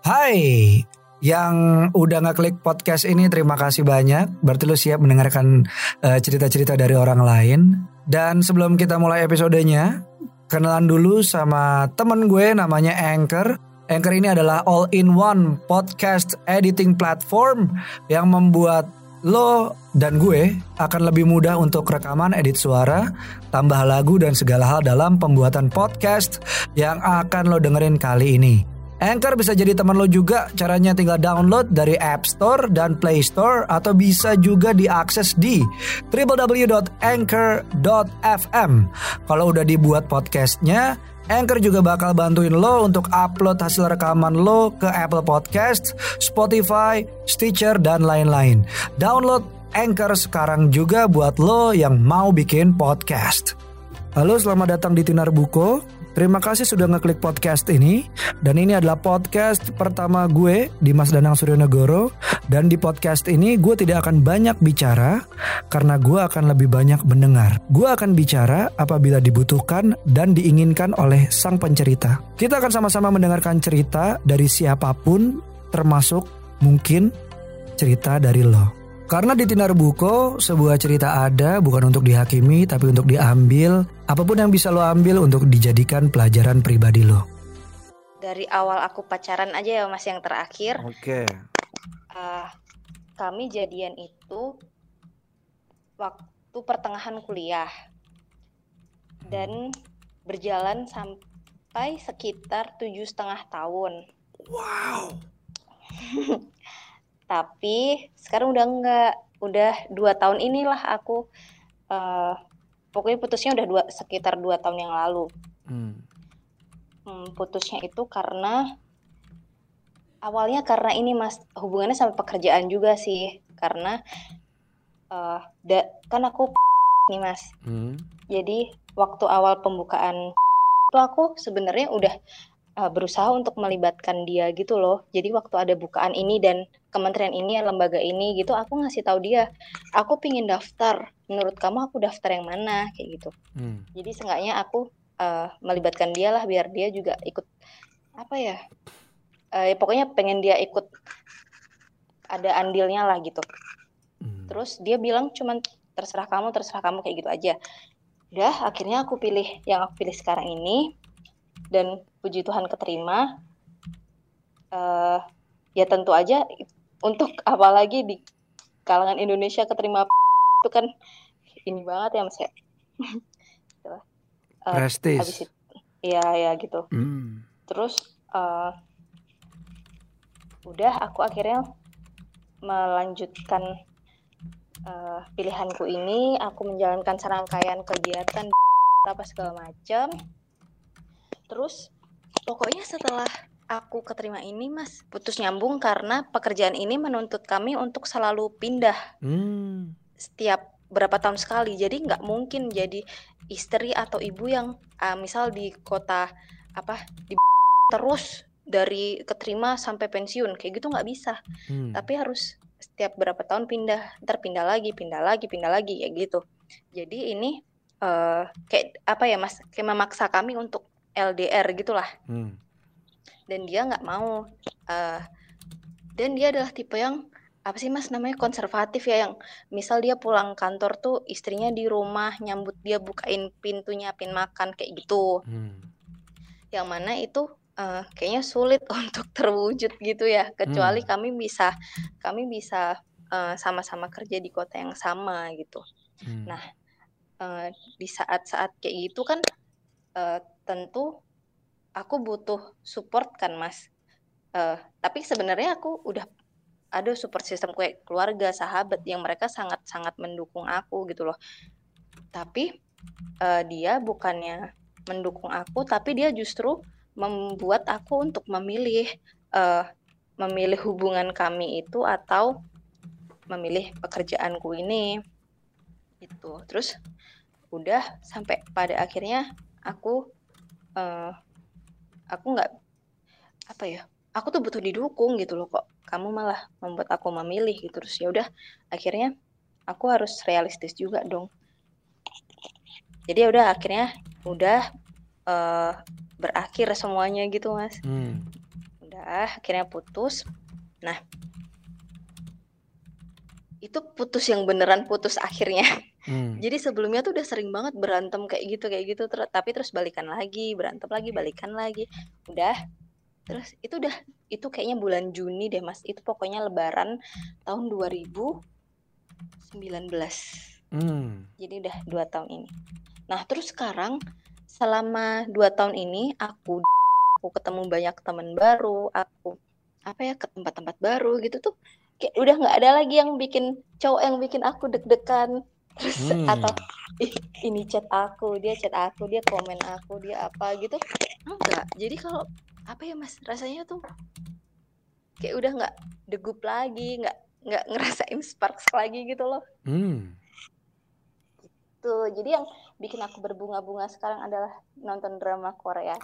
Hai, yang udah ngeklik podcast ini terima kasih banyak. Berarti lu siap mendengarkan cerita-cerita dari orang lain. Dan sebelum kita mulai episodenya, kenalan dulu sama temen gue namanya Anchor. Anchor ini adalah all-in-one podcast editing platform yang membuat lo dan gue akan lebih mudah untuk rekaman, edit suara, tambah lagu dan segala hal dalam pembuatan podcast yang akan lo dengerin kali ini. Anchor bisa jadi teman lo juga. Caranya tinggal download dari App Store dan Play Store, atau bisa juga diakses di www.anchor.fm. Kalau udah dibuat podcastnya, Anchor juga bakal bantuin lo untuk upload hasil rekaman lo ke Apple Podcast, Spotify, Stitcher, dan lain-lain. Download Anchor sekarang juga buat lo yang mau bikin podcast. Halo, selamat datang di Tinar Buko. Terima kasih sudah ngeklik podcast ini. Dan ini adalah podcast pertama gue, Dimas Danang Suryonegoro. Dan di podcast ini gue tidak akan banyak bicara, karena gue akan lebih banyak mendengar. Gue akan bicara apabila dibutuhkan dan diinginkan oleh sang pencerita. Kita akan sama-sama mendengarkan cerita dari siapapun, termasuk mungkin cerita dari lo. Karena di Tinar Buko, sebuah cerita ada bukan untuk dihakimi, tapi untuk diambil. Apapun yang bisa lo ambil untuk dijadikan pelajaran pribadi lo. Dari awal aku pacaran aja ya mas, yang terakhir. Oke. Kami jadian itu waktu pertengahan kuliah. Dan berjalan sampai sekitar 7,5 tahun. Wow. Tapi sekarang udah enggak. Udah 2 tahun inilah aku pokoknya putusnya udah sekitar 2 tahun yang lalu. Putusnya itu karena awalnya karena ini mas, hubungannya sama pekerjaan juga sih. Karena kan aku nih mas. Jadi waktu awal pembukaan itu aku sebenarnya udah berusaha untuk melibatkan dia gitu loh. Jadi waktu ada bukaan ini dan kementerian ini, lembaga ini gitu, aku ngasih tahu dia, aku pingin daftar. Menurut kamu aku daftar yang mana kayak gitu. Jadi seenggaknya aku melibatkan dia lah, biar dia juga ikut apa ya? Pokoknya pengen dia ikut ada andilnya lah gitu. Terus dia bilang cuman terserah kamu kayak gitu aja. Udah, akhirnya aku pilih yang aku pilih sekarang ini. Dan puji Tuhan keterima. Ya tentu aja untuk apalagi di kalangan Indonesia keterima itu kan ini banget ya mas ya. Prestis. Habis itu ya gitu. Terus udah aku akhirnya melanjutkan pilihanku ini. Aku menjalankan serangkaian kegiatan apa segala macam. Terus pokoknya setelah aku keterima ini mas, putus nyambung karena pekerjaan ini menuntut kami untuk selalu pindah setiap berapa tahun sekali. Jadi nggak mungkin jadi istri atau ibu yang misal di kota di terus dari keterima sampai pensiun kayak gitu, nggak bisa. Tapi harus setiap berapa tahun pindah, ntar pindah lagi kayak gitu. Jadi ini kayak apa ya mas, kayak memaksa kami untuk LDR gitulah. Dan dia nggak mau. Dan dia adalah tipe yang apa sih mas namanya, konservatif ya, yang misal dia pulang kantor tuh istrinya di rumah nyambut dia, bukain pintu, nyiapin makan kayak gitu. Yang mana itu kayaknya sulit untuk terwujud gitu ya, kecuali kami bisa sama-sama kerja di kota yang sama gitu. Nah di saat-saat kayak gitu kan tentu aku butuh support kan mas. Tapi sebenarnya aku udah ada support system kayak keluarga, sahabat yang mereka sangat-sangat mendukung aku gitu loh. Tapi dia bukannya mendukung aku, tapi dia justru membuat aku untuk memilih hubungan kami itu atau memilih pekerjaanku ini gitu. Terus udah sampai pada akhirnya aku nggak aku tuh butuh didukung gitu loh, kok kamu malah membuat aku memilih gitu. Terus ya udah akhirnya aku harus realistis juga dong. Jadi ya udah akhirnya berakhir semuanya gitu mas. Udah, akhirnya putus. Nah, itu putus yang beneran putus akhirnya. Jadi sebelumnya tuh udah sering banget berantem kayak gitu. Tapi terus balikan lagi, berantem lagi, balikan lagi. Udah. Terus itu kayaknya bulan Juni deh Mas. Itu pokoknya Lebaran tahun 2019. Jadi udah 2 tahun ini. Nah terus sekarang selama 2 tahun ini aku ketemu banyak teman baru, aku ke tempat-tempat baru gitu tuh kayak udah nggak ada lagi yang bikin cowok yang bikin aku deg-degan terus atau ini chat aku, dia komen aku, dia apa gitu. Enggak. Jadi kalau Mas, rasanya tuh kayak udah nggak degup lagi, nggak ngerasain sparks lagi gitu loh. Tuh, jadi yang bikin aku berbunga-bunga sekarang adalah nonton drama Korea.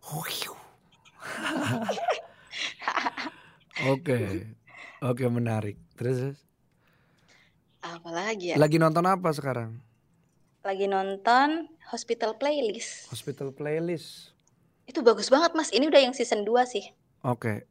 Oke, menarik. Terus? Apalagi ya? Lagi nonton apa sekarang? Lagi nonton Hospital Playlist. Hospital Playlist. Itu bagus banget Mas. Ini udah yang season 2 sih. Oke.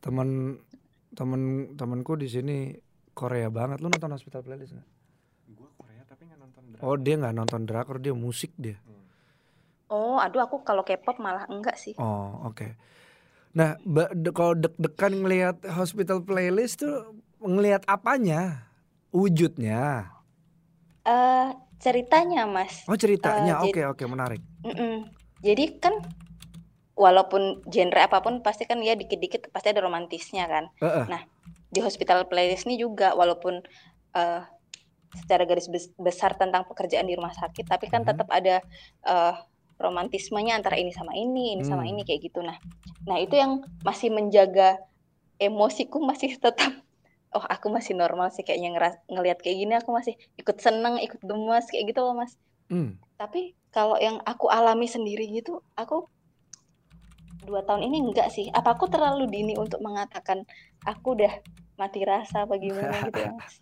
Temenku di sini Korea banget. Lu nonton Hospital Playlist nggak? Gue Korea tapi nggak nonton drakor. Oh dia nggak nonton drakor, dia musik dia. Oh aduh aku kalau K-pop malah enggak sih. Oh oke. Nah kalau deg-degan ngelihat Hospital Playlist tuh ngelihat apanya? Wujudnya? Ceritanya Mas. Oh ceritanya, oke menarik. Jadi kan walaupun genre apapun pasti kan ya dikit-dikit pasti ada romantisnya kan. Nah di Hospital Playlist ini juga walaupun secara garis besar tentang pekerjaan di rumah sakit, tapi kan tetap ada romantismenya antara ini sama ini sama ini kayak gitu. Nah itu yang masih menjaga emosiku masih tetap aku masih normal sih kayaknya ngelihat kayak gini aku masih ikut seneng, ikut gemes kayak gitu loh Mas. Tapi kalau yang aku alami sendiri gitu, aku 2 tahun ini enggak sih. Apa aku terlalu dini untuk mengatakan aku udah mati rasa apa gimana gitu ya Mas?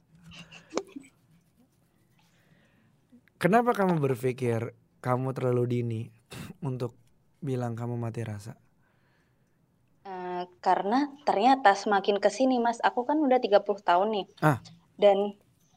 Kenapa kamu berpikir kamu terlalu dini untuk bilang kamu mati rasa? Karena ternyata semakin kesini Mas, aku kan udah 30 tahun nih. Dan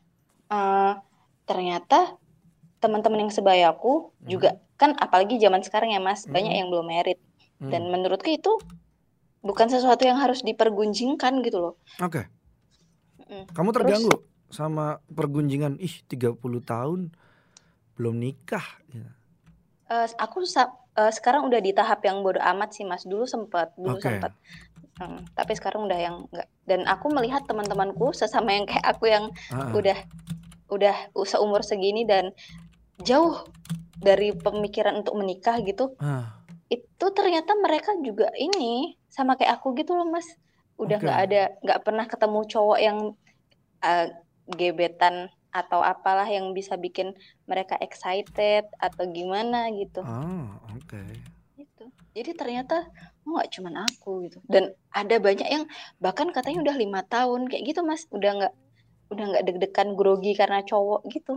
ternyata teman-teman yang sebayaku juga kan apalagi zaman sekarang ya Mas, banyak yang belum married. Dan menurutku itu bukan sesuatu yang harus dipergunjingkan gitu loh. Oke. Kamu terganggu sama pergunjingan 30 tahun belum nikah ya. Aku sekarang udah di tahap yang bodo amat sih Mas. Dulu sempat. Tapi sekarang udah yang enggak. Dan aku melihat teman-temanku sesama yang kayak aku yang udah seumur segini dan jauh dari pemikiran untuk menikah gitu. Itu ternyata mereka juga ini sama kayak aku gitu loh Mas. Udah nggak pernah ketemu cowok yang gebetan atau apalah yang bisa bikin mereka excited atau gimana gitu. Gitu. Jadi ternyata nggak cuman aku gitu. Dan ada banyak yang bahkan katanya udah 5 tahun kayak gitu Mas. Udah nggak deg-degan grogi karena cowok gitu.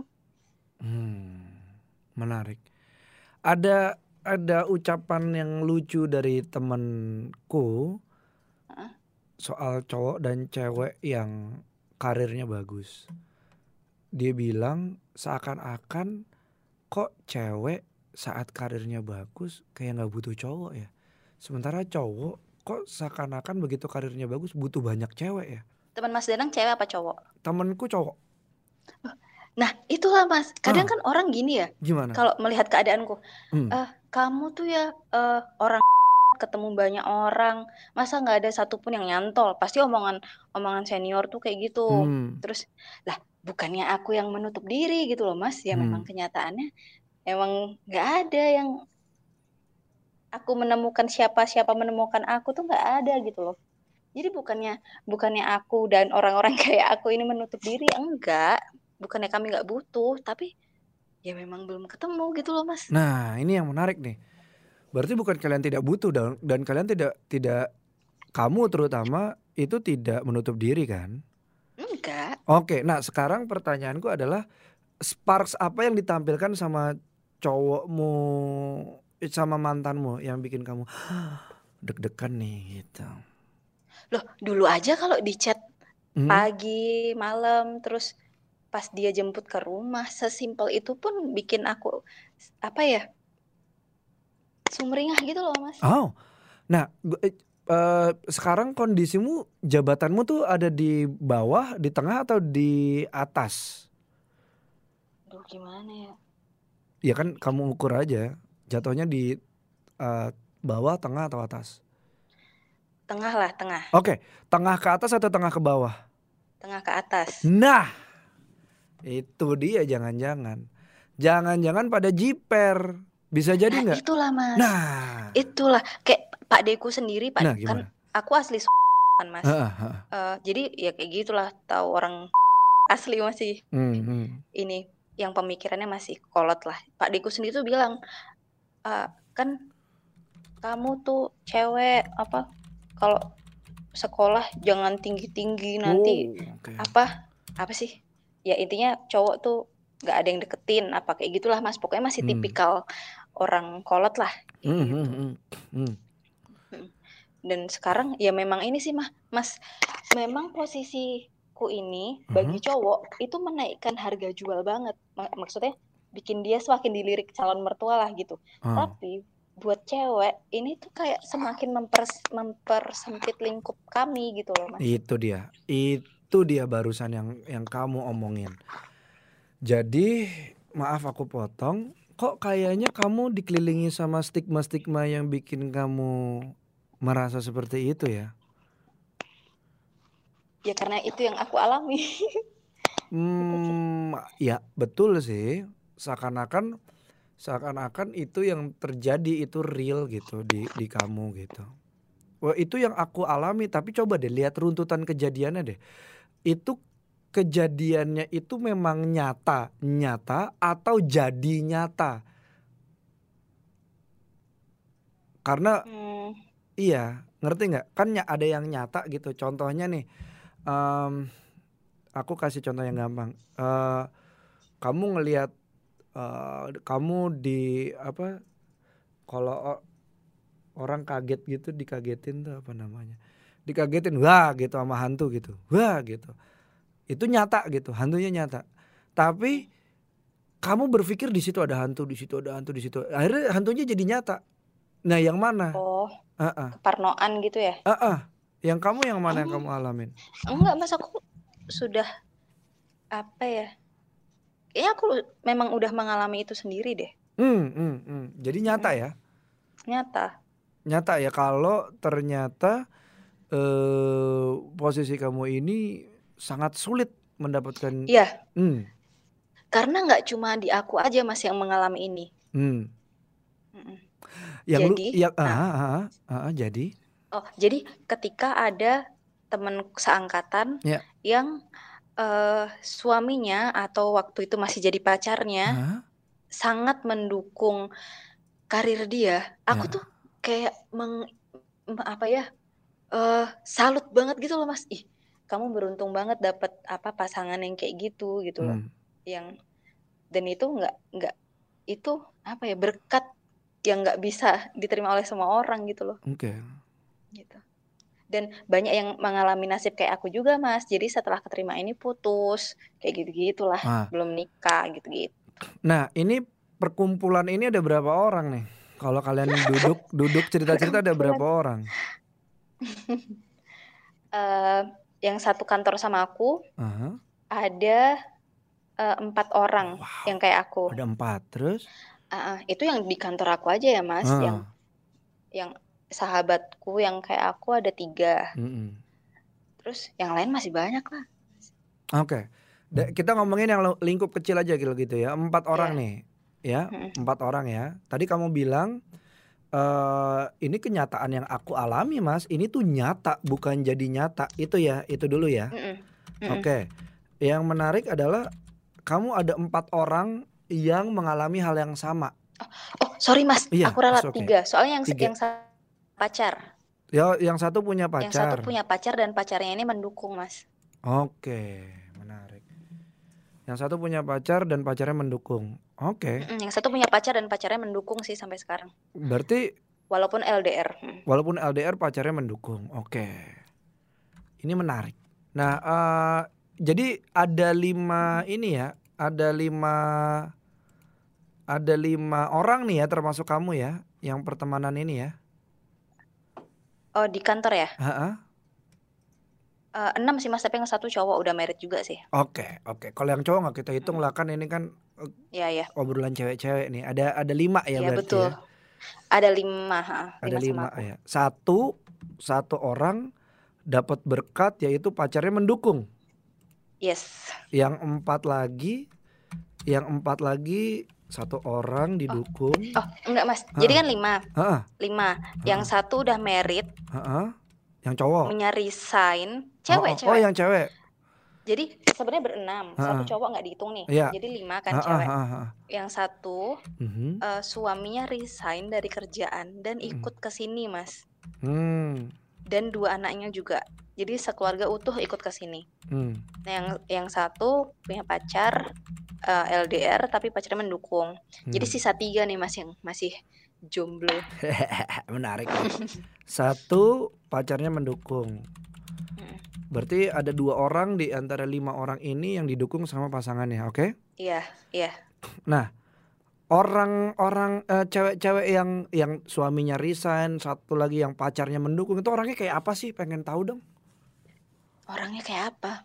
Menarik. Ada ucapan yang lucu dari temanku soal cowok dan cewek yang karirnya bagus. Dia bilang seakan-akan kok cewek saat karirnya bagus kayak gak butuh cowok ya. Sementara cowok kok seakan-akan begitu karirnya bagus butuh banyak cewek ya. Teman Mas Danang cewek apa cowok? Temenku cowok. Nah itulah Mas, kadang kan orang gini ya. Gimana? Kalau melihat keadaanku, kamu tuh ya orang ketemu banyak orang, masa nggak ada satupun yang nyantol? Pasti omongan senior tuh kayak gitu. Terus lah bukannya aku yang menutup diri gitu loh Mas, ya memang kenyataannya emang nggak ada yang aku menemukan siapa menemukan aku tuh nggak ada gitu loh. Jadi bukannya aku dan orang-orang kayak aku ini menutup diri, enggak. Bukannya kami nggak butuh, tapi ya memang belum ketemu gitu loh Mas. Nah ini yang menarik nih. Berarti bukan kalian tidak butuh dan kalian tidak kamu terutama itu tidak menutup diri kan? Enggak. Oke, nah sekarang pertanyaanku adalah sparks apa yang ditampilkan sama cowokmu sama mantanmu yang bikin kamu deg-degan nih gitu? Loh, dulu aja kalau di chat Hmm? pagi, malam, terus pas dia jemput ke rumah, sesimpel itu pun bikin aku apa ya? Sumringah gitu loh, Mas. Oh, nah sekarang kondisimu, jabatanmu tuh ada di bawah, di tengah atau di atas? Aduh, gimana ya? Ya kan kamu ukur aja, jatuhnya di bawah, tengah atau atas? Tengah lah, tengah. Oke, tengah ke atas atau tengah ke bawah? Tengah ke atas. Nah, itu dia jangan-jangan pada jiper. Bisa jadi Nah, nggak? itulah, Mas. Nah, Itulah kayak Pak Deku sendiri, nah kan gimana? aku asli kan, Mas. Heeh, heeh. Jadi ya kayak gitulah, tahu orang asli masih ini yang pemikirannya masih kolot lah. Pak Deku sendiri tuh bilang, kan kamu tuh cewek apa kalau sekolah jangan tinggi-tinggi nanti Oke. apa sih? Ya intinya cowok tuh nggak ada yang deketin apa kayak gitulah, Mas. Pokoknya masih tipikal orang kolot lah kayak gitu. Dan sekarang ya memang ini sih Mas, memang posisiku ini bagi cowok itu menaikkan harga jual banget. Maksudnya bikin dia semakin dilirik calon mertua lah gitu. Tapi buat cewek ini tuh kayak semakin mempersempit lingkup kami gitu loh, Mas. Itu dia barusan yang kamu omongin. Jadi maaf aku potong, kok kayaknya kamu dikelilingi sama stigma-stigma yang bikin kamu merasa seperti itu ya? Ya karena itu yang aku alami. Ya betul sih. Seakan-akan itu yang terjadi itu real gitu di kamu gitu. Wah, itu yang aku alami, tapi coba deh lihat runtutan kejadiannya deh. Itu kejadiannya itu memang nyata atau jadi nyata? Karena iya, ngerti nggak? Kan ada yang nyata gitu. Contohnya nih, aku kasih contoh yang gampang. Kamu ngelihat kamu di apa? Kalau orang kaget gitu, dikagetin tuh apa namanya? Dikagetin, wah gitu sama hantu gitu, wah gitu. Itu nyata gitu, hantunya nyata. Tapi kamu berpikir di situ ada hantu, di situ ada hantu, di situ. Akhirnya hantunya jadi nyata. Nah, yang mana? Oh, keparnoan gitu ya? Yang mana yang kamu alamin? Enggak, Mas, aku sudah apa ya? Kayaknya aku memang udah mengalami itu sendiri deh. Jadi nyata ya? Nyata ya kalau ternyata posisi kamu ini sangat sulit mendapatkan. Iya. Karena nggak cuma di aku aja Mas yang mengalami ini. Jadi jadi ketika ada teman seangkatan yang suaminya atau waktu itu masih jadi pacarnya sangat mendukung karir dia, aku tuh kayak salut banget gitu loh, Mas. Ih, kamu beruntung banget dapet pasangan yang kayak gitu loh. Dan itu nggak itu berkat yang nggak bisa diterima oleh semua orang gitu loh. Gitu. Dan banyak yang mengalami nasib kayak aku juga, Mas. Jadi setelah keterima ini putus, kayak gitu-gitulah, belum nikah gitu-gitu. Nah, ini perkumpulan ini ada berapa orang nih? Kalau kalian duduk cerita-cerita ada berapa orang? Yang satu kantor sama aku ada 4 orang yang kayak aku. Ada 4 terus? Itu yang di kantor aku aja ya, Mas. Yang sahabatku yang kayak aku ada 3. Terus yang lain masih banyak lah. Oke. Kita ngomongin yang lingkup kecil aja gitu ya. 4 orang nih. Ya, 4 orang ya. Tadi kamu bilang ini kenyataan yang aku alami, Mas. Ini tuh nyata, bukan jadi nyata. Itu ya, itu dulu ya. Oke. Yang menarik adalah kamu ada 4 orang yang mengalami hal yang sama. Oh, sorry Mas, aku ralat 3. Soalnya yang pacar. Ya, yang satu punya pacar. Yang satu punya pacar dan pacarnya ini mendukung, Mas. Oke, menarik. Yang satu punya pacar dan pacarnya mendukung. Oke. Yang satu punya pacar dan pacarnya mendukung sih sampai sekarang. Berarti walaupun LDR. Walaupun LDR pacarnya mendukung. Oke. Ini menarik. Nah, jadi ada 5 ini ya, ada 5 orang nih ya termasuk kamu ya, yang pertemanan ini ya. Oh, di kantor ya? Heeh. 6 sih Mas, tapi yang satu cowok udah married juga sih. Oke. Kalau yang cowok nggak kita hitung lah, kan ini kan Iya. obrolan cewek-cewek nih. Ada 5 ya Iya berarti betul. ya. Ada 5, Ada 5 sama 5 aku. ya. Satu orang dapat berkat yaitu pacarnya mendukung. Yes. Yang 4 lagi satu orang didukung. Oh, enggak Mas. Heeh. Jadi kan 5. Heeh. 5. Yang satu udah married, Heeh. Yang cowok. resign, Oh, cewek. yang cewek. Jadi sebenarnya berenam, satu cowok nggak dihitung nih. Iya. Jadi 5 kan cewek. Heeh. Yang satu Mhm. suaminya resign dari kerjaan dan ikut ke sini Mas. Dan 2 anaknya juga. Jadi sekeluarga utuh ikut ke sini. Nah, yang satu punya pacar LDR tapi pacarnya mendukung. Jadi sisa 3 nih Mas yang masih jomblo. Menarik. Satu pacarnya mendukung. Berarti ada 2 orang di antara 5 orang ini yang didukung sama pasangannya, oke? Iya. Nah, orang-orang cewek-cewek yang suaminya resign, satu lagi yang pacarnya mendukung, itu orangnya kayak apa sih? Pengen tahu dong. Orangnya kayak apa?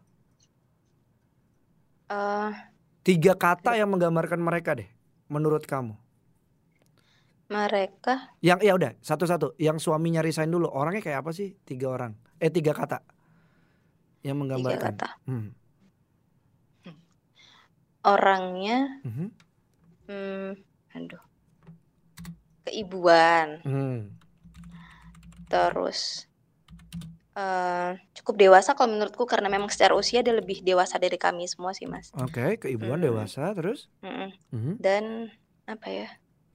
3 kata yang menggambarkan mereka deh, menurut kamu. Mereka Yang ya udah satu-satu. Yang suaminya resign dulu, orangnya kayak apa sih? 3 orang. 3 kata yang 3 menggambarkan. kata. Orangnya keibuan. Terus cukup dewasa kalau menurutku, karena memang secara usia dia lebih dewasa dari kami semua sih Mas. Oke, keibuan, dewasa, terus? Dan apa ya?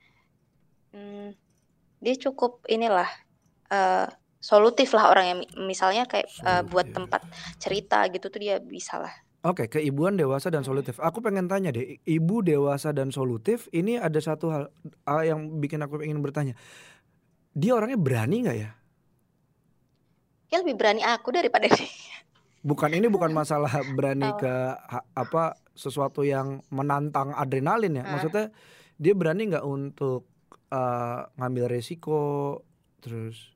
Dia cukup inilah solutif lah orangnya. Misalnya kayak buat tempat cerita gitu tuh dia bisa lah. Oke, keibuan, dewasa dan solutif. Aku pengen tanya deh, ibu dewasa dan solutif, ini ada satu hal yang bikin aku ingin bertanya. Dia orangnya berani nggak ya? Dia lebih berani aku daripada dia. Bukan masalah berani ke sesuatu yang menantang adrenalin ya. Maksudnya dia berani nggak untuk ngambil resiko terus?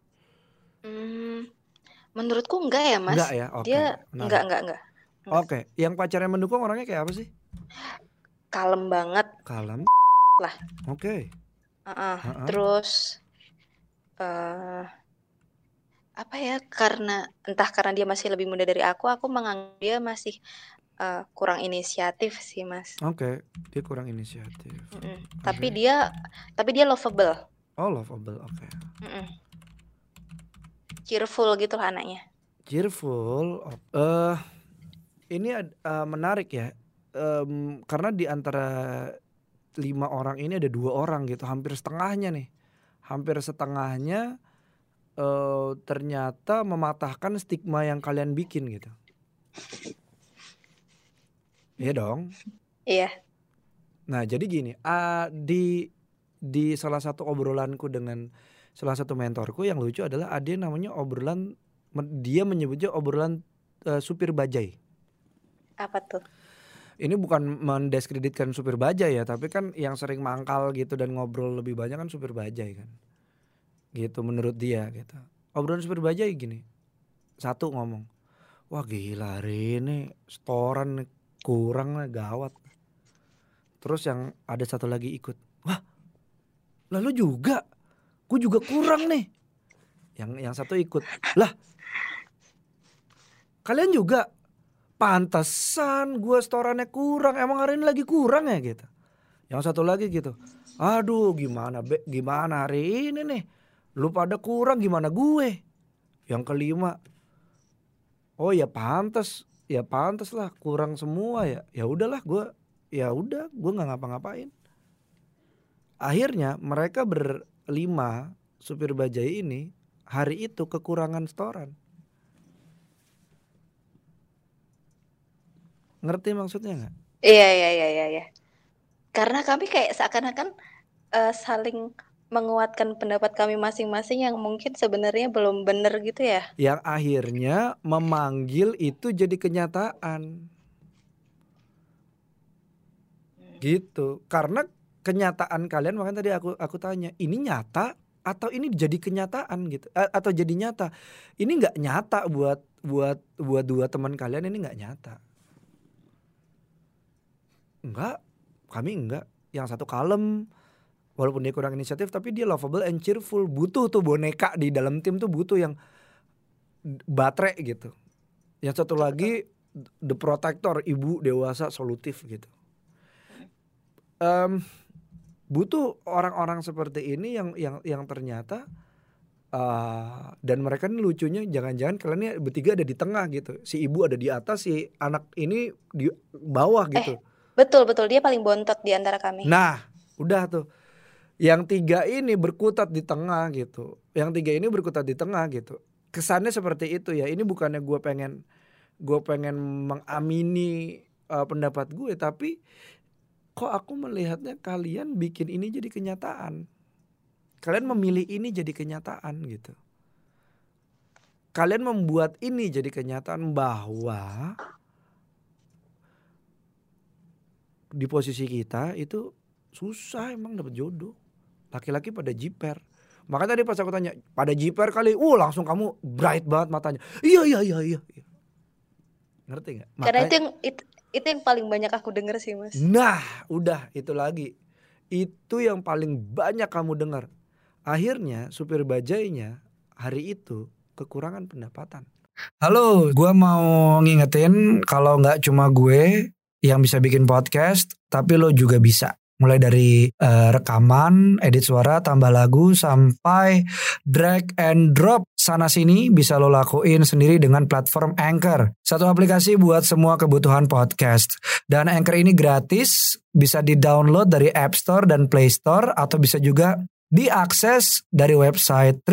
Menurutku enggak ya Mas. Enggak ya? Oke. Dia enggak. Oke, yang pacarnya mendukung orangnya kayak apa sih? Kalem banget. Kalem lah. Oke. Terus apa ya, karena dia masih lebih muda dari aku menganggap dia masih kurang inisiatif sih Mas. Oke, dia kurang inisiatif. Tapi dia lovable. Oh, lovable, oke. Cheerful gitu lah anaknya. Cheerful. Ini menarik ya. Karena di antara 5 orang ini ada 2 orang gitu, hampir setengahnya nih. Hampir setengahnya ternyata mematahkan stigma yang kalian bikin gitu. Iya dong. Iya. Nah, jadi gini, di salah satu obrolanku dengan salah satu mentorku yang lucu adalah ada namanya dia menyebutnya obrolan supir bajai. Apa tuh? Ini bukan mendiskreditkan supir bajai ya, tapi kan yang sering mangkal gitu dan ngobrol lebih banyak kan supir bajai kan. Gitu menurut dia gitu. Obrolan supir bajai gini. Satu ngomong, wah gila hari ini setoran kurang gawat. Terus yang ada satu lagi ikut, wah lalu juga, gue juga kurang nih. Yang satu ikut, lah kalian juga, pantesan gue setorannya kurang, emang hari ini lagi kurang ya gitu. Yang satu lagi gitu, aduh gimana hari ini nih, lu pada kurang gimana gue. Yang kelima, oh ya pantas lah kurang semua ya. Ya udahlah gue nggak ngapa-ngapain. Akhirnya mereka berlima supir bajai ini hari itu kekurangan setoran. Ngerti maksudnya nggak? Iya. Karena kami kayak seakan-akan saling menguatkan pendapat kami masing-masing yang mungkin sebenarnya belum benar gitu ya. Yang akhirnya memanggil itu jadi kenyataan. Gitu. Karena kenyataan kalian, makanya tadi aku tanya, ini nyata atau ini jadi kenyataan gitu, atau jadi nyata. Ini nggak nyata buat dua teman kalian, ini nggak nyata. Enggak, kami enggak. Yang satu kalem, walaupun dia kurang inisiatif, tapi dia lovable and cheerful. Butuh tuh boneka di dalam tim tuh, butuh yang baterai gitu. Yang satu lagi the protector, ibu dewasa solutif gitu. Butuh orang-orang seperti ini yang ternyata dan mereka ini lucunya, jangan-jangan kalian ini bertiga ada di tengah gitu. Si ibu ada di atas, si anak ini di bawah gitu. Betul, dia paling bontot di antara kami. Nah, udah tuh. Yang tiga ini berkutat di tengah gitu. Yang tiga ini berkutat di tengah gitu. Kesannya seperti itu ya. Ini bukannya gue pengen mengamini pendapat gue, tapi kok aku melihatnya kalian bikin ini jadi kenyataan. Kalian memilih ini jadi kenyataan gitu. Kalian membuat ini jadi kenyataan bahwa di posisi kita itu susah emang dapet jodoh. Laki-laki pada jiper. Makanya tadi pas aku tanya, pada jiper kali, langsung kamu bright banget matanya. Iya. Ngerti gak? Karena itu yang paling banyak aku denger sih, Mas. Nah, udah itu lagi. Itu yang paling banyak kamu dengar. Akhirnya supir bajainya hari itu kekurangan pendapatan. Halo, gue mau ngingetin kalau nggak cuma gue yang bisa bikin podcast, tapi lo juga bisa. Mulai dari rekaman, edit suara, tambah lagu, sampai drag and drop sana sini bisa lo lakuin sendiri dengan platform Anchor. Satu aplikasi buat semua kebutuhan podcast. Dan Anchor ini gratis, bisa di-download dari App Store dan Play Store, atau bisa juga diakses dari website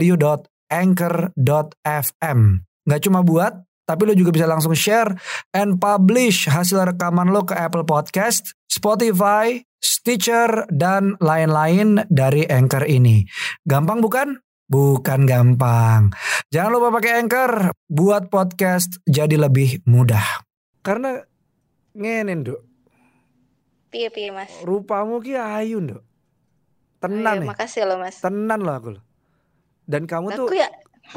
www.anchor.fm. Gak cuma buat, tapi lo juga bisa langsung share and publish hasil rekaman lo ke Apple Podcast, Spotify, Stitcher, dan lain-lain dari Anchor ini. Gampang bukan? Bukan gampang. Jangan lupa pakai Anchor buat podcast jadi lebih mudah. Karena ngenen, Dok. Piye Mas? Rupamu ki ayu, Dok. Tenan. Makasih lo, Mas. Tenan lo aku. Dan kamu tuh ya.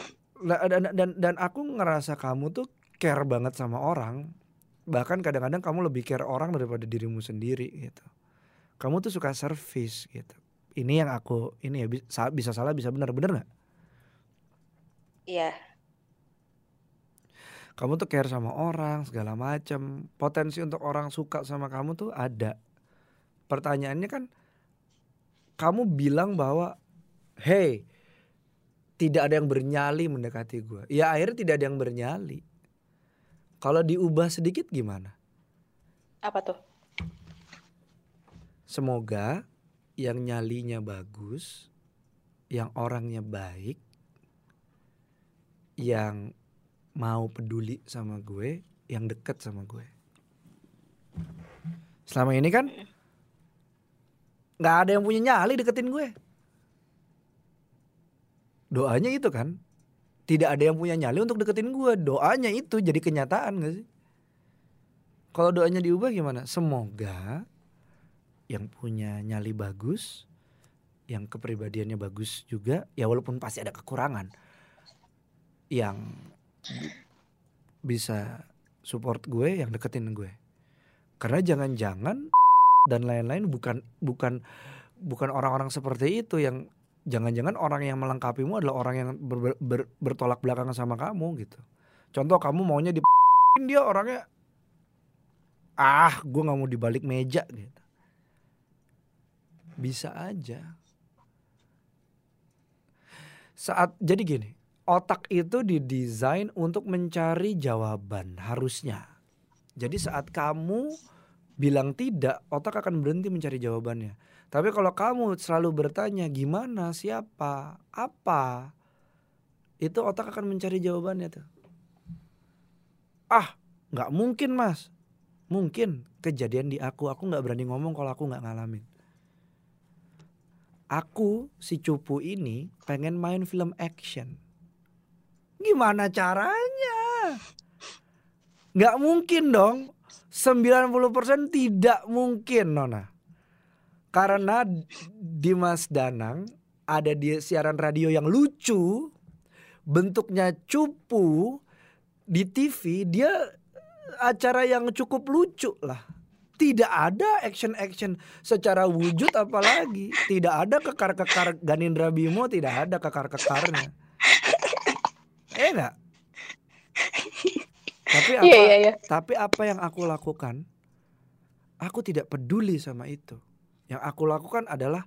Dan aku ngerasa kamu tuh care banget sama orang. Bahkan kadang-kadang kamu lebih care orang daripada dirimu sendiri gitu. Kamu tuh suka service gitu. Ini yang aku ini ya bisa salah bisa benar gak? Iya. Kamu tuh care sama orang segala macam. Potensi untuk orang suka sama kamu tuh ada. Pertanyaannya kan, kamu bilang bahwa hey, tidak ada yang bernyali mendekati gue. Ya akhirnya tidak ada yang bernyali. Kalau diubah sedikit gimana? Apa tuh? Semoga yang nyalinya bagus, yang orangnya baik, yang mau peduli sama gue, yang deket sama gue. Selama ini kan gak ada yang punya nyali deketin gue. Doanya itu kan, tidak ada yang punya nyali untuk deketin gue. Doanya itu jadi kenyataan gak sih? Kalau doanya diubah gimana? Semoga yang punya nyali bagus, yang kepribadiannya bagus juga, ya walaupun pasti ada kekurangan, yang bisa support gue, yang deketin gue. Karena jangan-jangan dan lain-lain bukan orang-orang seperti itu, yang jangan-jangan orang yang melengkapimu adalah orang yang bertolak belakang sama kamu gitu. Contoh, kamu maunya dia orangnya gue nggak mau dibalik meja gitu. Bisa aja. Jadi gini, otak itu didesain untuk mencari jawaban harusnya. Jadi saat kamu bilang tidak, otak akan berhenti mencari jawabannya. Tapi kalau kamu selalu bertanya gimana, siapa, apa, itu otak akan mencari jawabannya tuh. Gak mungkin Mas. Mungkin kejadian di aku gak berani ngomong kalau aku gak ngalamin. Aku si cupu ini pengen main film action. Gimana caranya? Nggak mungkin dong. 90% tidak mungkin, Nona. Karena Dimas Danang ada di siaran radio yang lucu, bentuknya cupu, di TV dia acara yang cukup lucu lah. Tidak ada action-action secara wujud, apalagi tidak ada kekar-kekar Ganindra Bimo, tidak ada kekar-kekarnya. Enggak. Tapi apa yang aku lakukan? Aku tidak peduli sama itu. Yang aku lakukan adalah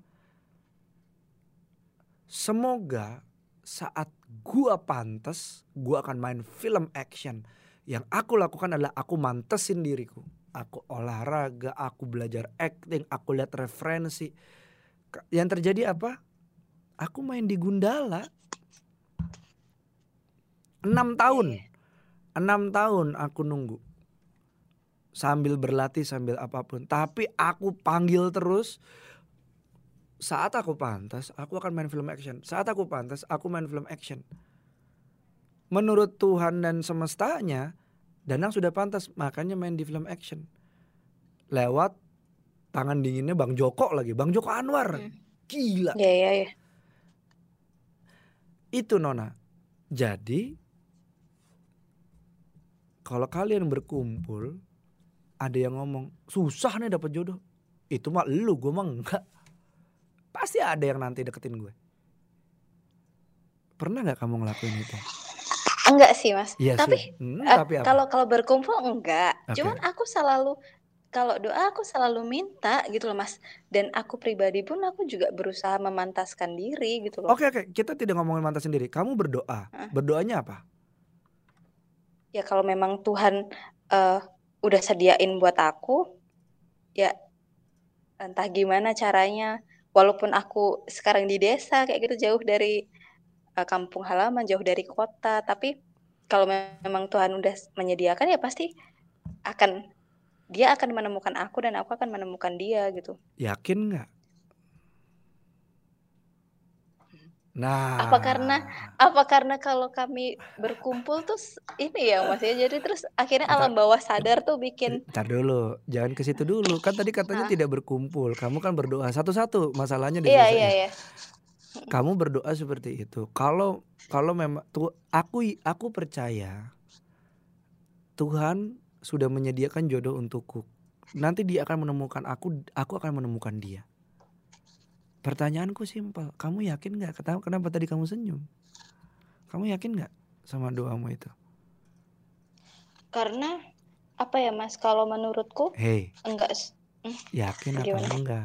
semoga saat gua pantas, gua akan main film action. Yang aku lakukan adalah aku mantesin diriku. Aku olahraga, aku belajar acting, aku lihat referensi. Yang terjadi apa? Aku main di Gundala 6 tahun. 6 tahun aku nunggu. Sambil berlatih, sambil apapun. Tapi aku panggil terus. Saat aku pantas, aku akan main film action. Saat aku pantas, aku main film action. Menurut Tuhan dan semestanya, Danang sudah pantas, makanya main di film action. Lewat tangan dinginnya Bang Joko lagi. Bang Joko Anwar. Gila. Iya. Itu Nona. Jadi kalau kalian berkumpul, ada yang ngomong susah nih dapat jodoh. Itu mah lu, gue mah enggak. Pasti ada yang nanti deketin gue. Pernah gak kamu ngelakuin itu? Enggak sih Mas. Iya tapi tapi apa? kalau berkumpul enggak. Okay. Cuman aku selalu, kalau doa aku selalu minta gitu loh Mas. Dan aku pribadi pun aku juga berusaha memantaskan diri gitu loh. Oke. Kita tidak ngomongin mantas sendiri. Kamu berdoa. Berdoanya apa? Ya kalau memang Tuhan udah sediain buat aku, ya entah gimana caranya. Walaupun aku sekarang di desa kayak gitu, jauh dari kampung halaman, jauh dari kota, tapi kalau memang Tuhan udah menyediakan, ya pasti dia akan menemukan aku dan aku akan menemukan dia gitu. Yakin nggak? Nah, apa karena kalau kami berkumpul tuh ini ya Mas ya, jadi terus akhirnya alam bawah sadar tuh bikin. Ntar dulu, jangan ke situ dulu. Kan tadi katanya tidak berkumpul. Kamu kan berdoa satu-satu, masalahnya diselesaikan. Iya. Kamu berdoa seperti itu. Kalau memang tuh aku percaya Tuhan sudah menyediakan jodoh untukku. Nanti dia akan menemukan aku akan menemukan dia. Pertanyaanku simpel, kamu yakin gak? Kenapa tadi kamu senyum? Kamu yakin gak sama doamu itu? Karena apa ya Mas, kalau menurutku enggak. Yakin atau enggak?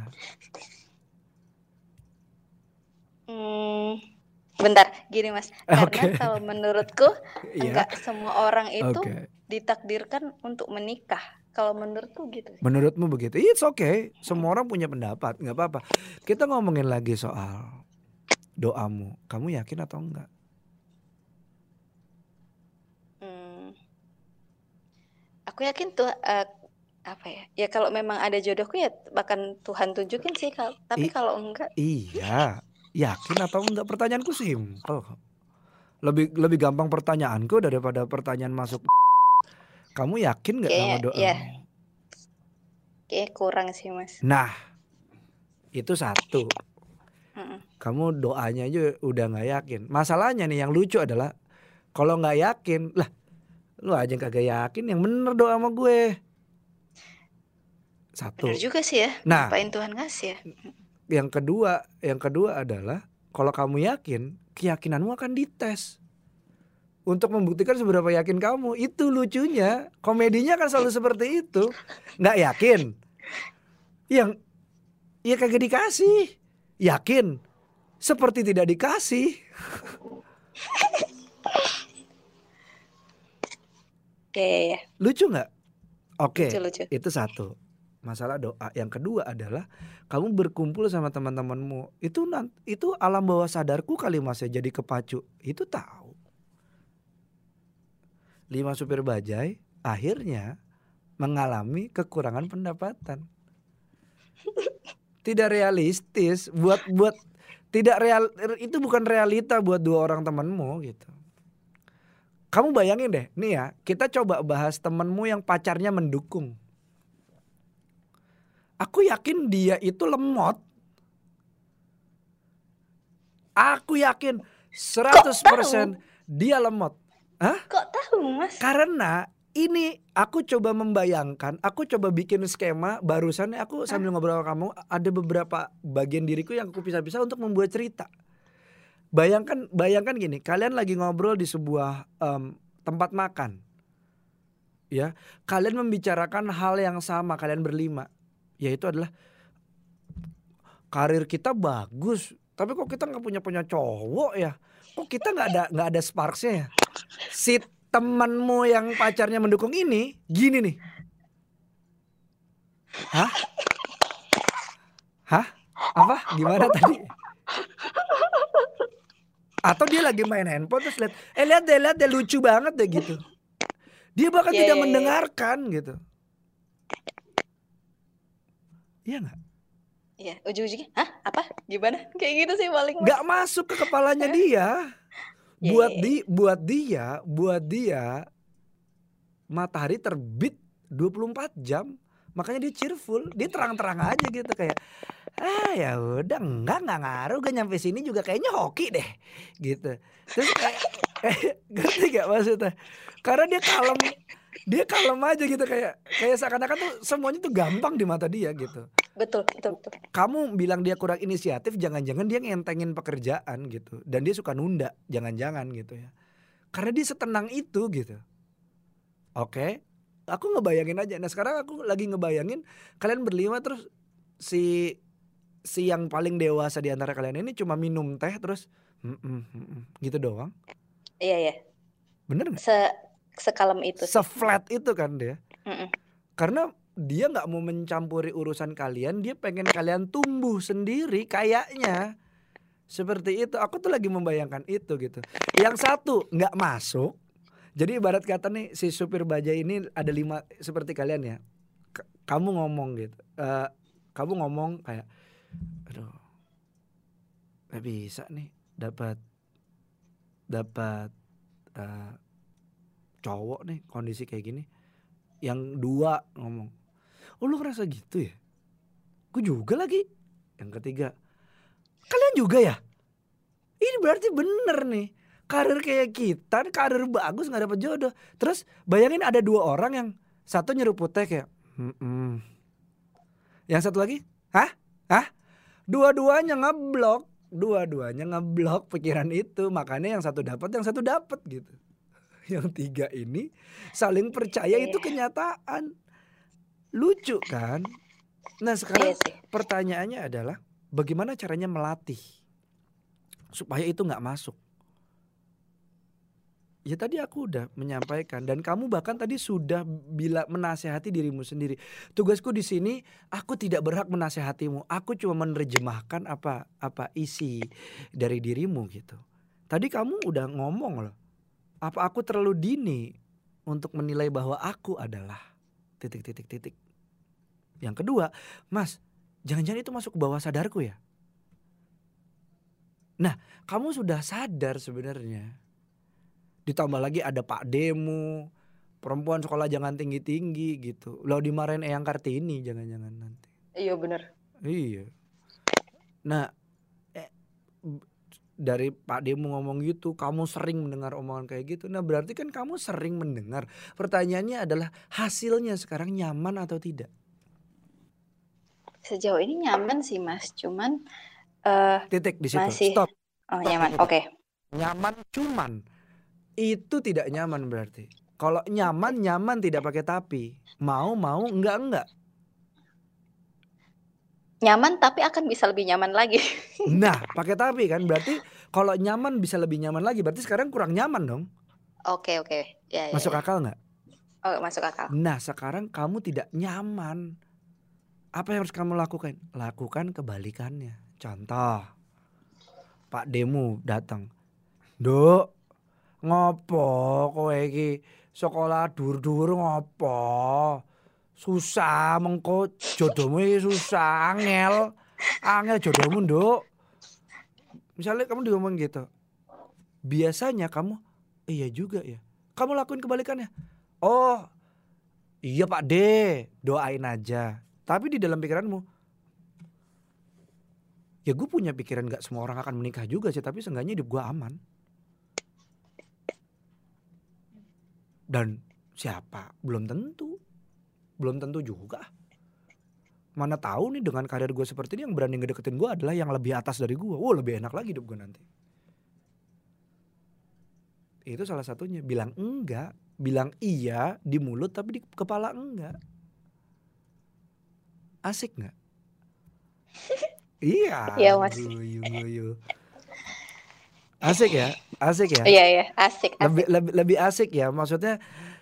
Bentar, gini Mas. Karena kalau menurutku enggak semua orang itu ditakdirkan untuk menikah. Kalau menurutku gitu sih. Menurutmu begitu? It's okay. Semua orang punya pendapat, nggak apa-apa. Kita ngomongin lagi soal doamu. Kamu yakin atau enggak? Aku yakin tuh apa ya? Ya kalau memang ada jodohku ya bahkan Tuhan tunjukin sih. Tapi kalau enggak? Iya. Yakin atau enggak? Pertanyaanku simpel. Lebih gampang pertanyaanku daripada pertanyaan masuk. Kamu yakin gak sama doa? Ya. Kayaknya kurang sih Mas. Nah, itu satu. Kamu doanya aja udah gak yakin. Masalahnya nih yang lucu adalah kalau gak yakin, lah lu aja kagak yakin, yang bener doa sama gue. Satu. Bener juga sih ya. Nah, ngapain Tuhan ngasih ya. Yang kedua adalah kalau kamu yakin, keyakinanmu akan dites. Untuk membuktikan seberapa yakin kamu. Itu lucunya. Komedinya kan selalu seperti itu. Gak yakin. Ya kagak dikasih. Yakin. Seperti tidak dikasih. Ya. Lucu gak? Oke. Lucu. Itu satu. Masalah doa. Yang kedua adalah kamu berkumpul sama teman-temanmu. Itu alam bawah sadarku kali Mas ya, jadi kepacu. Itu tahu. 5 supir bajai akhirnya mengalami kekurangan pendapatan. tidak realistis buat tidak real, itu bukan realita buat dua orang temanmu gitu. Kamu bayangin deh, nih ya, kita coba bahas temanmu yang pacarnya mendukung. Aku yakin dia itu lemot. Aku yakin 100% dia lemot. Hah? Kok tahu Mas? Karena ini aku coba membayangkan, aku coba bikin skema barusan aku sambil ngobrol sama kamu, ada beberapa bagian diriku yang aku pisah-pisah untuk membuat cerita. Bayangkan gini, kalian lagi ngobrol di sebuah tempat makan. Ya, kalian membicarakan hal yang sama, kalian berlima. Yaitu adalah karir kita bagus, tapi kok kita nggak punya cowok ya? Kok kita nggak ada sparksnya ya? Si temanmu yang pacarnya mendukung ini gini nih. Hah? Apa? Gimana tadi? Atau dia lagi main handphone terus lihat deh lucu banget deh gitu. Dia bahkan tidak mendengarkan gitu. Iya gak? Iya, ujung-ujungnya hah? Apa? Gimana? Kayak gitu sih paling. Gak masuk ke kepalanya dia. Buat dia matahari terbit 24 jam. Makanya dia cheerful, dia terang-terang aja gitu kayak ya udah enggak ngaruh, gue nyampe sini juga kayaknya hoki deh gitu. Terus kayak ngerti gak maksudnya? Karena dia kalem aja gitu kayak seakan-akan tuh semuanya tuh gampang di mata dia gitu. Betul. Kamu bilang dia kurang inisiatif, jangan-jangan dia ngentengin pekerjaan gitu. Dan dia suka nunda, jangan-jangan gitu ya. Karena dia setenang itu gitu. Oke. Aku ngebayangin aja. Nah sekarang aku lagi ngebayangin kalian berlima terus si yang paling dewasa di antara kalian ini cuma minum teh terus gitu doang. Iya. Bener gak? Sekalem itu. Se-flat itu kan dia. Karena dia gak mau mencampuri urusan kalian. Dia pengen kalian tumbuh sendiri kayaknya. Seperti itu. Aku tuh lagi membayangkan itu gitu. Yang satu gak masuk. Jadi ibarat kata nih si supir bajai ini ada 5 seperti kalian ya. Kamu ngomong gitu. Kamu ngomong kayak aduh gak bisa nih dapat cowok nih kondisi kayak gini. Yang 2 ngomong, oh lu ngerasa gitu ya? Gue juga lagi. Yang ketiga, kalian juga ya? Ini berarti bener nih. Karir kayak kita, karir bagus gak dapet jodoh. Terus bayangin ada 2 orang yang satu nyeruput teh kayak Yang satu lagi, hah? Dua-duanya ngeblok pikiran itu. Makanya yang satu dapat gitu. Yang 3 ini saling percaya itu kenyataan. Lucu kan? Nah sekarang pertanyaannya adalah bagaimana caranya melatih supaya itu gak masuk. Ya tadi aku udah menyampaikan dan kamu bahkan tadi sudah menasehati dirimu sendiri. Tugasku di sini aku tidak berhak menasehatimu. Aku cuma menerjemahkan apa isi dari dirimu gitu. Tadi kamu udah ngomong loh. Apa aku terlalu dini untuk menilai bahwa aku adalah ... Yang kedua, Mas, jangan-jangan itu masuk ke bawah sadarku ya? Nah, kamu sudah sadar sebenarnya. Ditambah lagi ada Pak Demu, perempuan sekolah jangan tinggi-tinggi gitu. Lo dimarahin Eyang Kartini jangan-jangan nanti. Iya benar. Iya. Nah, dari Pak Demu ngomong gitu, kamu sering mendengar omongan kayak gitu. Nah berarti kan kamu sering mendengar. Pertanyaannya adalah hasilnya sekarang nyaman atau tidak? Sejauh ini nyaman sih Mas, cuman titik di situ. Masih... Stop. Oh nyaman, oke. Nyaman cuman. Itu tidak nyaman berarti. Kalau nyaman tidak pakai tapi. Mau enggak. Nyaman tapi akan bisa lebih nyaman lagi. Nah pakai tapi kan berarti kalau nyaman bisa lebih nyaman lagi. Berarti sekarang kurang nyaman dong. Oke. Ya, masuk akal gak? Oh masuk akal. Nah sekarang kamu tidak nyaman. Apa yang harus kamu lakukan? Lakukan kebalikannya. Contoh, Pak Demu datang. Duk, ngopo kowe iki sekolah dur-dur ngopo? Susah mengko jodohmu susah angel. Angel jodohmu, Nduk. Misalnya kamu diomong gitu. Biasanya kamu, iya juga ya. Kamu lakuin kebalikannya. Oh, iya Pak D, doain aja. Tapi di dalam pikiranmu, ya gue punya pikiran gak semua orang akan menikah juga sih. Tapi seenggaknya hidup gue aman. Dan siapa? Belum tentu. Belum tentu juga. Mana tahu nih dengan karir gue seperti ini yang berani ngedeketin gue adalah yang lebih atas dari gue. Wow, lebih enak lagi hidup gue nanti. Itu salah satunya. Bilang enggak, bilang iya di mulut tapi di kepala enggak. Asik gak? Iya. Iya Mas. Guyu. Asik ya? Asik ya? Iya, asik. Lebih asik ya, maksudnya.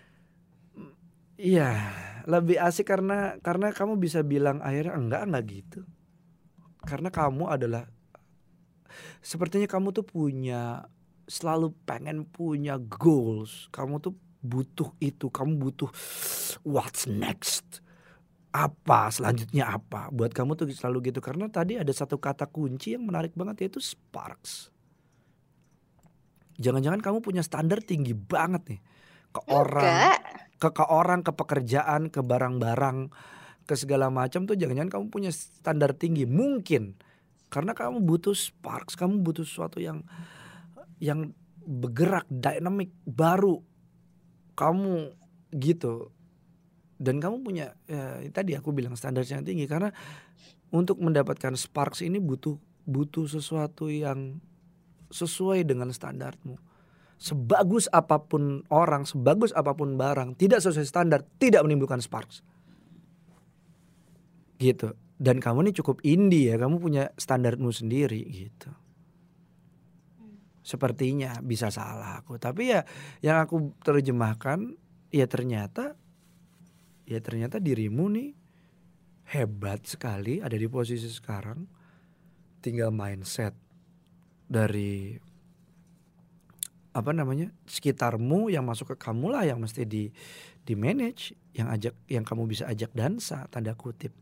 Iya, lebih asik karena kamu bisa bilang akhirnya enggak gitu. Karena kamu adalah, sepertinya kamu tuh selalu pengen punya goals. Kamu tuh butuh itu, kamu butuh what's next. Apa selanjutnya apa? Buat kamu tuh selalu gitu. Karena tadi ada satu kata kunci yang menarik banget, yaitu sparks. Jangan-jangan kamu punya standar tinggi banget nih ke orang, ke pekerjaan, ke barang-barang, ke segala macam tuh. Jangan-jangan kamu punya standar tinggi, mungkin karena kamu butuh sparks, kamu butuh sesuatu yang bergerak, dynamic, baru, kamu gitu. Dan kamu punya tadi aku bilang standar yang tinggi, karena untuk mendapatkan sparks ini butuh sesuatu yang sesuai dengan standarmu. Sebagus apapun orang, sebagus apapun barang, tidak sesuai standar tidak menimbulkan sparks. Gitu. Dan kamu ini cukup indie ya, kamu punya standarmu sendiri gitu. Sepertinya bisa salah aku, tapi ya yang aku terjemahkan ya ternyata dirimu nih hebat sekali ada di posisi sekarang. Tinggal mindset dari sekitarmu yang masuk ke kamu lah yang mesti di manage, yang kamu bisa ajak dansa tanda kutip.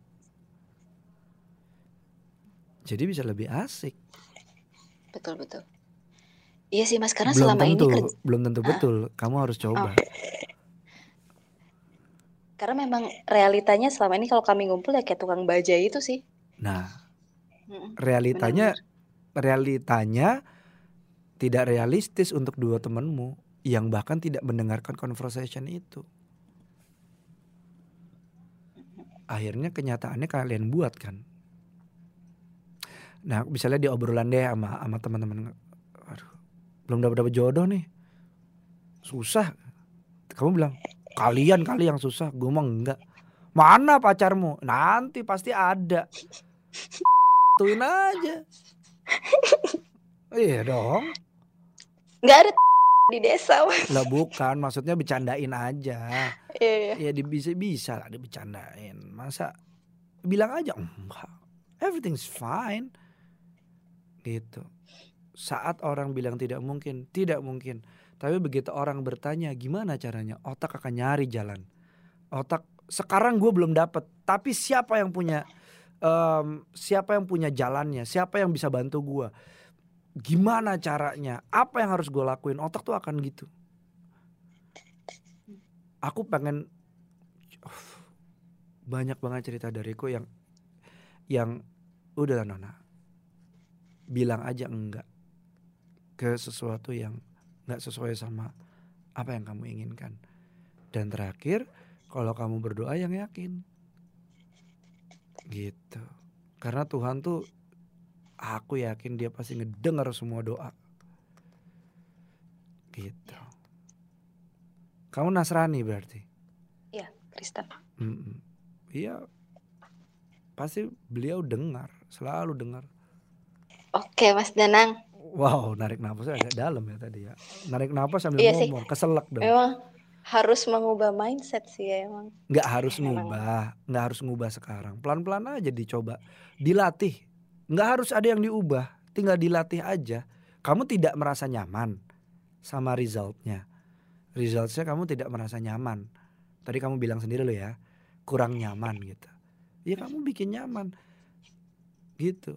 Jadi bisa lebih asik. Betul. Iya sih Mas, karena selama ini belum tentu betul. Kamu harus coba. Karena memang realitanya selama ini kalau kami ngumpul ya kayak tukang baja itu sih. Nah, realitanya tidak realistis untuk dua temanmu yang bahkan tidak mendengarkan conversation itu. Akhirnya kenyataannya kalian buat kan. Nah, misalnya di obrolan deh sama teman-teman, aduh, belum dapat jodoh nih, susah. Kamu bilang kalian kali yang susah, gue mah enggak. Mana pacarmu? Nanti pasti ada. Tuin aja. Iya dong. Nggak ada di desa. Lah bukan, maksudnya bercandain aja. Iya. Ya bisa lah dibercandain. Masa bilang aja enggak, everything's fine gitu. Saat orang bilang tidak mungkin. Tapi begitu orang bertanya gimana caranya, otak akan nyari jalan. Otak sekarang gue belum dapat, tapi siapa yang punya jalannya, siapa yang bisa bantu gue, gimana caranya, apa yang harus gue lakuin, otak tuh akan gitu. Aku pengen banyak banget cerita dariku yang udah Nona, bilang aja enggak ke sesuatu yang enggak sesuai sama apa yang kamu inginkan. Dan terakhir, kalau kamu berdoa yang yakin gitu. Karena Tuhan tuh, aku yakin dia pasti ngedengar semua doa gitu. Kamu Nasrani berarti? Iya, Kristen. Iya, pasti beliau dengar, selalu dengar. Oke Mas Danang. Wow, narik nafasnya agak dalam ya tadi ya. Narik nafas sambil ngomong, keselak dong. Memang harus mengubah mindset sih ya emang. Nggak harus ngubah sekarang. Pelan-pelan aja dicoba, dilatih. Nggak harus ada yang diubah, tinggal dilatih aja. Kamu tidak merasa nyaman sama resultnya kamu tidak merasa nyaman. Tadi kamu bilang sendiri loh ya, kurang nyaman gitu. Ya kamu bikin nyaman gitu.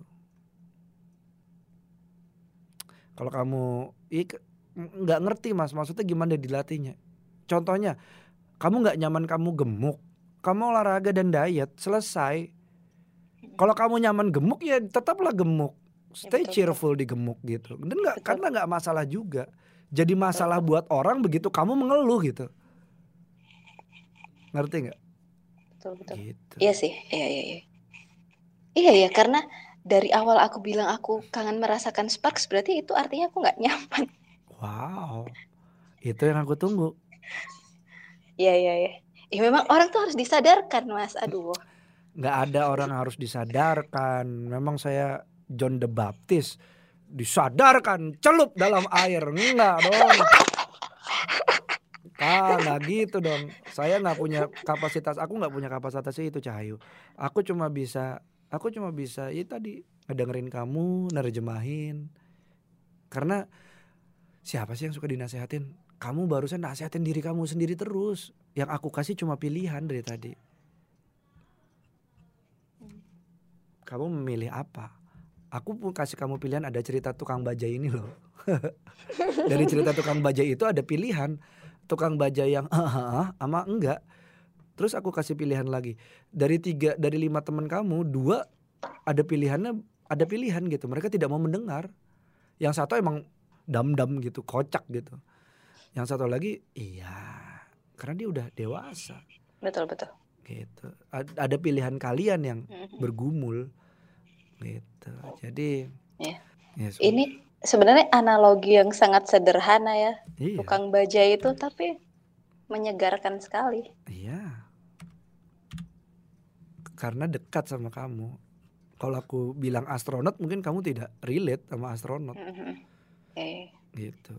Kalau kamu nggak ngerti Mas, maksudnya gimana dilatihnya. Contohnya, kamu nggak nyaman kamu gemuk, kamu olahraga dan diet, selesai. Kalau kamu nyaman gemuk ya tetaplah gemuk, stay betul, cheerful di gemuk gitu. Dan nggak, Betul. karena nggak masalah juga. Jadi masalah buat orang begitu kamu mengeluh gitu. Ngerti nggak? Betul. Gitu. Iya sih, iya. Iya, karena dari awal aku bilang aku kangen merasakan sparks, berarti itu artinya aku nggak nyaman. Wow, itu yang aku tunggu. Iya. Memang orang tuh harus disadarkan, Mas. Aduh. Nggak ada orang harus disadarkan. Memang saya John the Baptist disadarkan celup dalam air, enggak dong. Nggak gitu dong. Saya nggak punya kapasitas, aku nggak punya kapasitas itu Cahayu. Aku cuma bisa ya tadi ngedengerin kamu, nerjemahin. Karena siapa sih yang suka dinasehatin? Kamu barusan nasehatin diri kamu sendiri terus. Yang aku kasih cuma pilihan dari tadi. Kamu memilih apa? Aku pun kasih kamu pilihan, ada cerita tukang bajai ini loh. Dari cerita tukang bajai itu ada pilihan. Tukang bajai yang sama enggak. Terus aku kasih pilihan lagi. Dari 5 teman kamu, 2 ada pilihan gitu. Mereka tidak mau mendengar. Yang satu emang dam-dam gitu, kocak gitu. Yang satu lagi iya, karena dia udah dewasa. Betul. Gitu. Ada pilihan kalian yang bergumul gitu. Jadi Ya. ya Ini sebenarnya analogi yang sangat sederhana ya. iya. Tukang bajai itu tapi menyegarkan sekali. Iya. Karena dekat sama kamu. Kalau aku bilang astronot mungkin kamu tidak relate sama astronot. Gitu.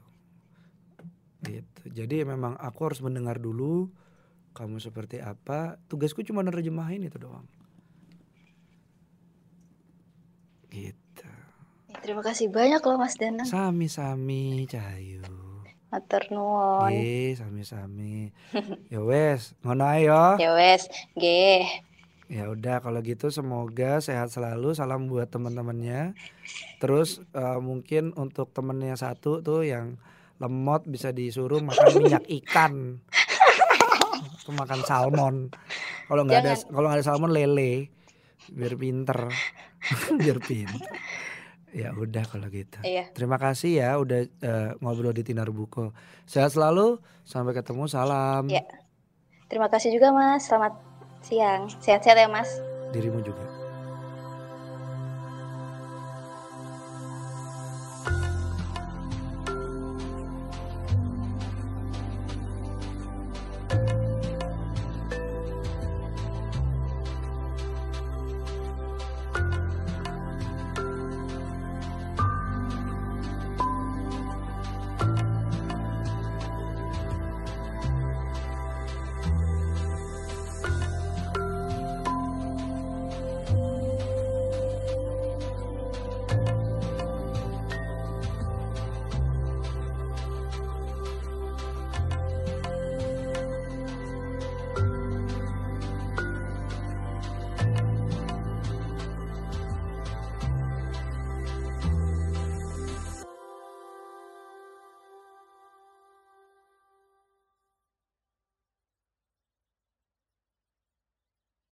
Jadi memang aku harus mendengar dulu kamu seperti apa. Tugasku cuma nerjemahin itu doang. Gitu. Terima kasih banyak loh Mas Danang. Sami-sami Cahayu. Matur nuwun. Nggih, sami-sami. Ya wes, ngono ae yo. Ya wes, nggih. Ya udah kalau gitu semoga sehat selalu. Salam buat teman-temannya. Terus mungkin untuk temennya satu tuh yang lemot bisa disuruh makan minyak ikan. Tuh makan salmon. Kalau nggak ada salmon lele. Biar pinter. Biar pinter. Ya udah kalau gitu. Iya. Terima kasih ya udah ngobrol di Tinar Buko. Sehat selalu. Sampai ketemu. Salam. Ya. Terima kasih juga Mas. Selamat siang. Sehat-sehat ya Mas. Dirimu juga.